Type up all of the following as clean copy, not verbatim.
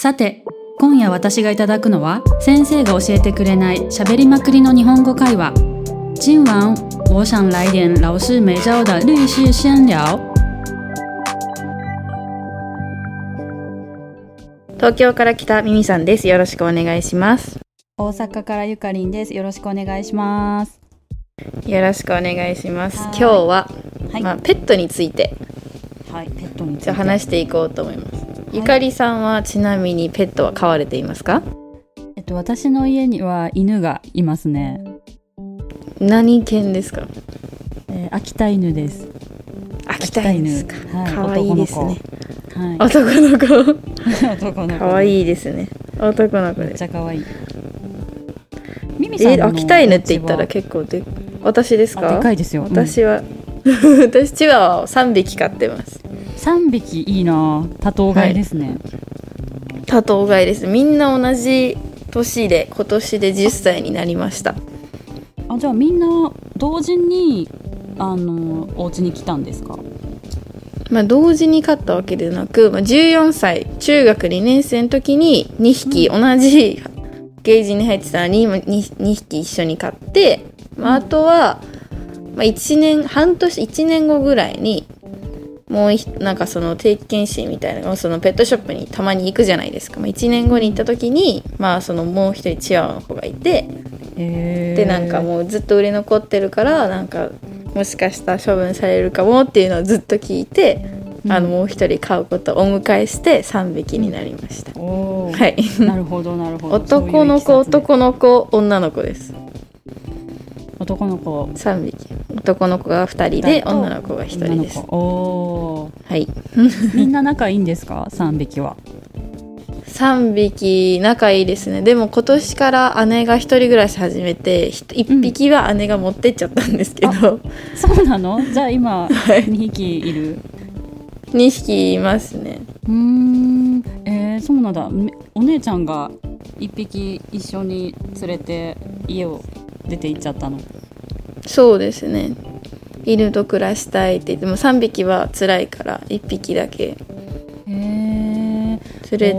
さて、今夜私がいただくのは先生が教えてくれない喋りまくりの日本語会話。今晚我想来点老师没教的律师闲聊。 東京から来たミミさんです。よろしくお願いします。 大阪からゆかりんです。よろしくお願いします。 よろしくお願いします。今日は、ペットについて、 ペットについて話していこうと思います。ゆかりさんはちなみにペットは飼われていますか？ 私の家には犬がいますね。 何犬ですか？ 秋田犬です。 秋田犬ですか？かわいいですね。 男の子かわいいですね。男の子でめっちゃかわいい。ミミさんの秋田犬って言ったら結構私ですか？ でかいですよ。 私は、私チワワを3匹飼ってます。 3匹いいな。多頭飼いですね。 多頭飼いです。みんな同じ年で今年で10歳になりました。 じゃあみんな同時にお家に来たんですか？ 同時に飼ったわけでなく、14歳中学2年生の時に2匹同じケージに入ってたのに 2匹一緒に飼って、あとは、1年後ぐらいにもうなんかその定期検診みたいなのをそのペットショップにたまに行くじゃないですか。1年後に行った時に、そのもう一人チワワの子がいて、でなんかもうずっと売れ残ってるからなんかもしかしたら処分されるかもっていうのをずっと聞いて、もう一人飼うことをお迎えして3匹になりました。はい。 なるほどなるほど。 男の子女の子です。 男の子 3匹。男の子が2人で女の子が1人です。 はい。みんな仲いいんですか？3匹は。 3匹仲いいですね。でも今年から姉が1人暮らし始めて1匹は姉が持ってっちゃったんですけど、 そうなの？じゃあ今2匹いる 2匹いますね。 そうなんだ。お姉ちゃんが1匹一緒に連れて家を出て行っちゃったの？そうですね。 犬と暮らしたいって言っても3匹は辛いから1匹だけ連れてって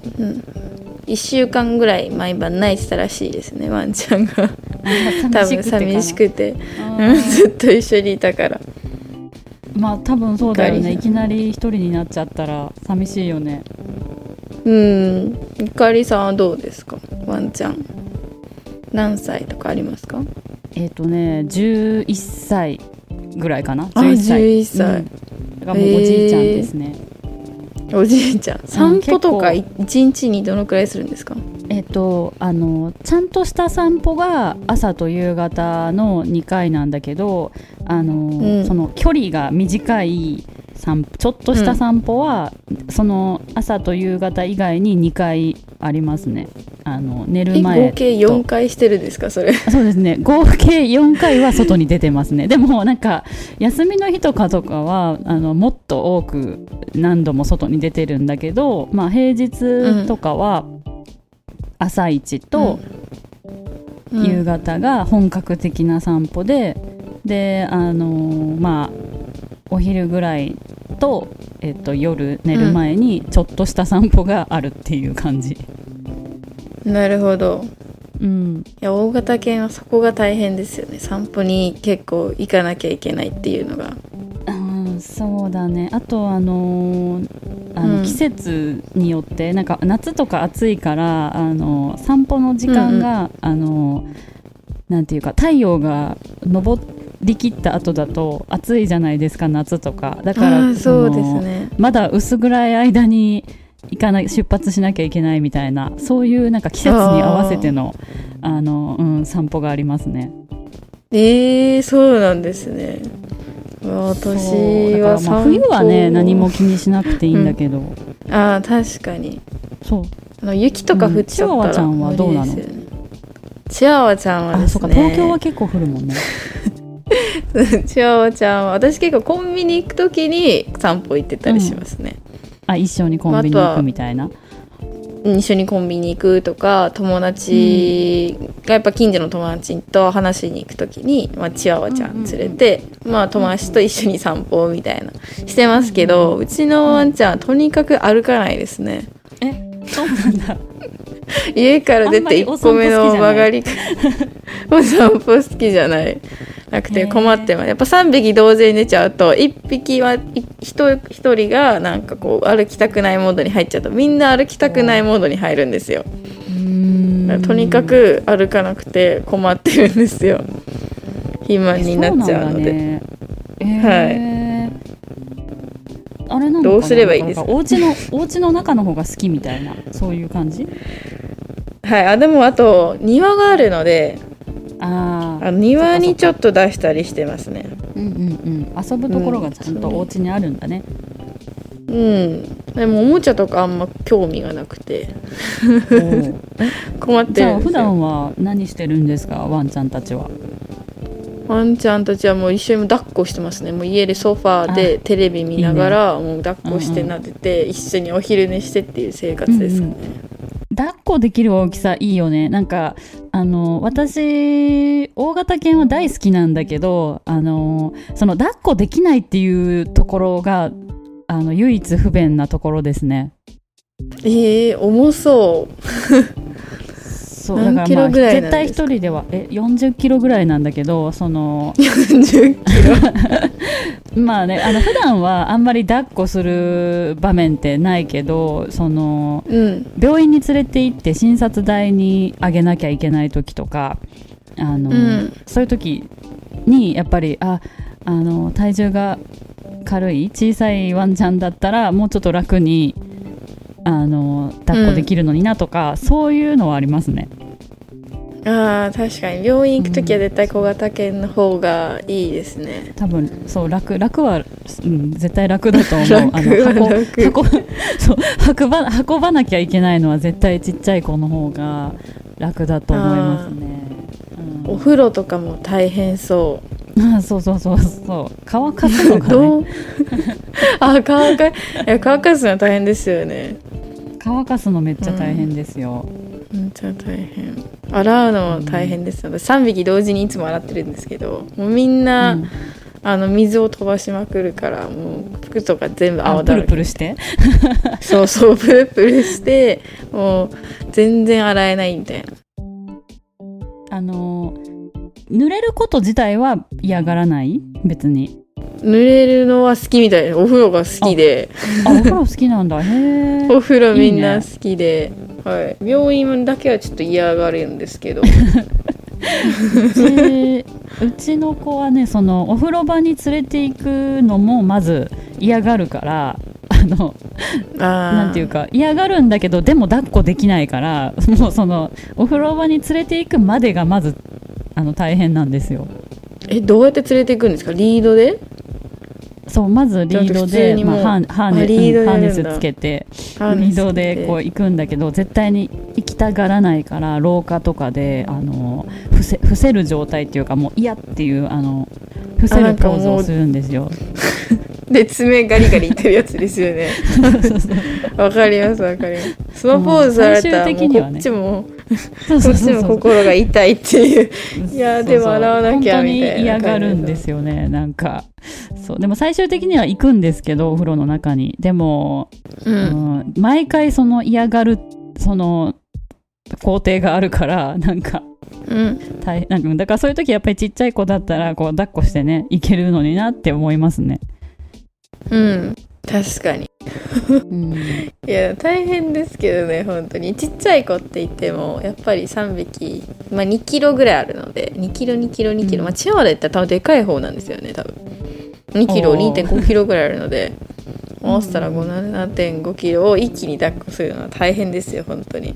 、1週間ぐらい毎晩泣いてたらしいですね、ワンちゃんが多分寂しくてずっと一緒にいたから。 多分そうだよね。いきなり一人になっちゃったら寂しいよね。 ゆかりさんはどうですか？ワンちゃん何歳とかありますか ？11歳ぐらいかな。 11歳、 だからもうおじいちゃんですね。 おじいちゃん。散歩とか1日にどのくらいするんですか？ ちゃんとした散歩が朝と夕方の2回なんだけど、その距離が短いちょっとした散歩は、その朝と夕方以外に2回ありますね。寝る前と。合計4回してるんですかそれ？ そうですね。合計4回は外に出てますね。でもなんか休みの日とかはもっと多く何度も外に出てるんだけど、平日とかは朝一と夕方が本格的な散歩で、お昼ぐらいと、夜寝る前にちょっとした散歩があるっていう感じ。 なるほど。いや、大型犬はそこが大変ですよね。散歩に結構行かなきゃいけないっていうのが。 そうだね。あと季節によってなんか夏とか暑いから散歩の時間が、なんていうか太陽が昇りきった後だと暑いじゃないですか、夏とか。だからそうですね。 まだ薄暗い間に出発しなきゃいけないみたいな、そういうなんか季節に合わせての散歩がありますね。 そうなんですね。私は散歩、 冬はね何も気にしなくていいんだけど、 確かに。そう雪とか降っちゃったら、チワワちゃんはどうなの？ チワワちゃんはですね、 そうか、東京は結構降るもんねチワワちゃんは私結構コンビニ行くときに散歩行ってたりしますね。 一緒にコンビニ行くみたいな。 一緒にコンビニ行くとか、友達がやっぱ近所の友達と話しに行くときに、チワワちゃん連れて、友達と一緒に散歩みたいなしてますけど、うちのワンちゃんはとにかく歩かないですね。 そうなんだ。 家から出て1個目の曲がりお散歩好きじゃないなくて困ってます。やっぱ3匹同時に寝ちゃうと1匹は1人がなんかこう歩きたくないモードに入っちゃうとみんな歩きたくないモードに入るんですよ。とにかく歩かなくて困ってるんですよ。肥満になっちゃうので。はい。 あれなのかな、 どうすればいいですか？ お家の中の方が好きみたいな、そういう感じ？ はい。でもあと庭があるので、庭にちょっと出したりしてますね。 遊ぶところがちゃんとお家にあるんだね。 でもおもちゃとかあんま興味がなくて困ってるんですよ。 じゃあ普段は何してるんですか、ワンちゃんたちは？ ワンちゃんたちはもう一緒に抱っこしてますね。もう家でソファーでテレビ見ながらもう抱っこして撫でて、一緒にお昼寝してっていう生活ですかね。 抱っこできる大きさいいよね。なんか私大型犬は大好きなんだけど、その抱っこできないっていうところが唯一不便なところですね。 重そうそうだからまあ絶対一人では40キロぐらいなんだけど、 40キロまあね、普段はあんまり抱っこする場面ってないけど、病院に連れて行って診察台にあげなきゃいけない時とかそういう時にやっぱり体重が軽い小さいワンちゃんだったらもうちょっと楽に抱っこできるのになとか、そういうのはありますね。 確かに病院行くときは絶対小型犬の方がいいですね。 多分そう楽は、絶対楽だと思う。運ばなきゃいけないのは絶対ちっちゃい子の方が楽だと思いますね。 お風呂とかも大変そう。 そう乾かすのがね乾かすの大変ですよね。 乾かすのめっちゃ大変ですよ。 めっちゃ大変。洗うのも大変ですので、3匹同時にいつも洗ってるんですけど、もうみんな、水を飛ばしまくるからもう服とか全部泡だらけ。 プルプルしてそうプルプルしてもう全然洗えないみたいな。 濡れること自体は嫌がらない？別に濡れるのは好きみたいな。お風呂が好きで。 お風呂好きなんだ。へー。 お風呂みんな好きで、はい、病院だけはちょっと嫌がるんですけどうちの子はね、お風呂場に連れて行くのもまず嫌がるからなんていうか嫌がるんだけど、でも抱っこできないから、もうお風呂場に連れて行くまでがまず大変なんですよ。 どうやって連れて行くんですか？リードで？ そう、まずリードで、ハーネスつけてリードでこう行くんだけど、絶対に行きたがらないから廊下とかで伏せる状態っていうか、もう嫌っていう伏せるポーズをするんですよ。 で爪ガリガリいってるやつですよね。わかります。そのポーズされたらもうこっちも心が痛いっていう。いやでも洗わなきゃみたいな。 本当に嫌がるんですよね。なんかでも最終的には行くんですけど、お風呂の中に。でも、毎回嫌がる工程があるから、なんかだからそういう時やっぱりちっちゃい子だったらこう抱っこしてねいけるのになって思いますね。 確かに。いや大変ですけどね、本当にちっちゃい子って言ってもやっぱり3匹、2キロぐらいあるので、2キロ、チワワで言ったら多分でかい方なんですよね。多分2キロ 2.5 キロぐらいあるので、合わせたら 7.5 キロを一気に抱っこするのは大変ですよ本当に。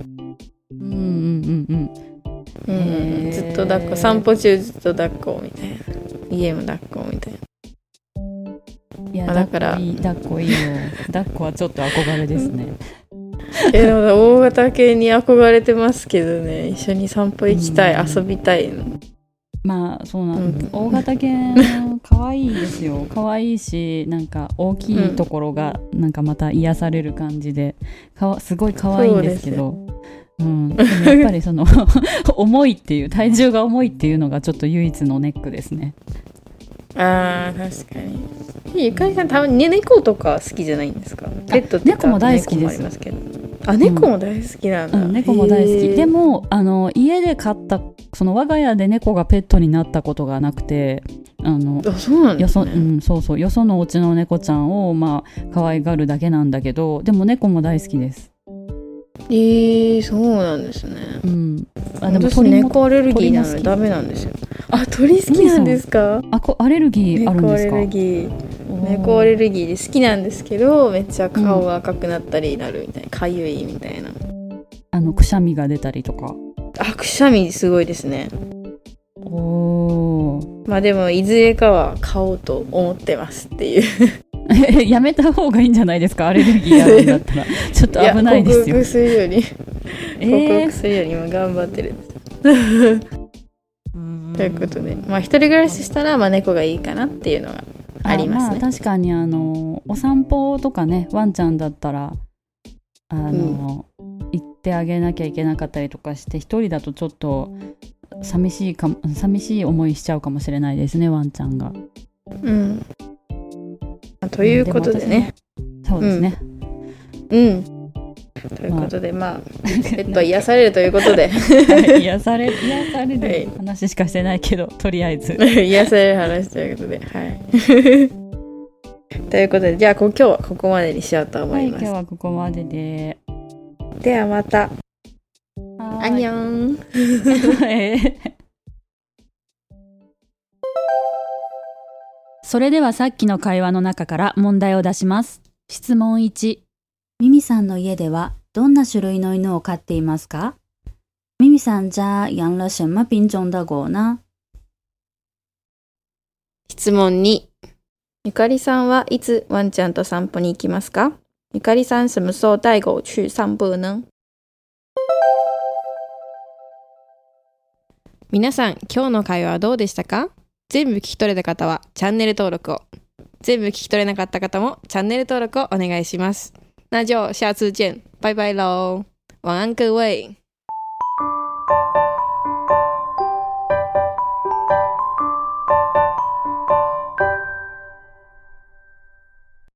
ずっと抱っこ、散歩中ずっと抱っこみたいな、家も抱っこみたいな。 いやだから抱っこいいよ。抱っこはちょっと憧れですね。 でも大型犬に憧れてますけどね、一緒に散歩行きたい、遊びたいの。 まあそうなんです、大型犬可愛いですよ。可愛いし、なんか大きいところがなんかまた癒される感じで、すごい可愛いんですけど、でもやっぱり重いっていう、体重が重いっていうのがちょっと唯一のネックですね。 確かに。ゆかりさんたまに猫とか好きじゃないんですか？ペットって猫も大好きです。 あ、猫も大好きなんだ。 猫も大好き。でも家で飼ったその我が家で猫がペットになったことがなくて、 そうなんですね。 そうそう、よそのお家の猫ちゃんを可愛がるだけなんだけど、でも猫も大好きです。 そうなんですね。 でも私猫アレルギーなのでダメなんですよ。あ、鳥好きなんですか？ アレルギーあるんですか？ 猫アレルギーで好きなんですけど、めっちゃ顔が赤くなったりなるみたいな、かゆいみたいな。 くしゃみが出たりとか。 くしゃみすごいですね。でもいずれかは買おうと思ってますっていうやめた方がいいんじゃないですか、アレルギーあるんだったらちょっと危ないですよ。 克服するより克服するより今頑張ってるんですということで、一人暮らししたら猫がいいかなっていうのがありますね。 確かにお散歩とかね、ワンちゃんだったら行ってあげなきゃいけなかったりとかして、一人だとちょっと寂しい思いしちゃうかもしれないですね、ワンちゃんが。 ということでね。 そうですね。 ということで、ペットは癒されるということで癒される話しかしてないけど、とりあえず癒される話ということで、ということで、じゃあ今日はここまでにしようと思います。 今日はここまでで。 ではまた。アンニョンそれではさっきの会話の中から問題を出します。質問1。ミミさんの家ではどんな種類の犬を飼っていますか？ミミさん家養了什么品種的狗呢？ 質問2。ゆかりさんはいつワンちゃんと散歩に行きますか？ゆかりさん什么时候带狗去散步呢？皆さん、今日の会話はどうでしたか？全部聞き取れた方はチャンネル登録を。全部聞き取れなかった方もチャンネル登録をお願いします。那就下次见。拜拜喽。晚安各位。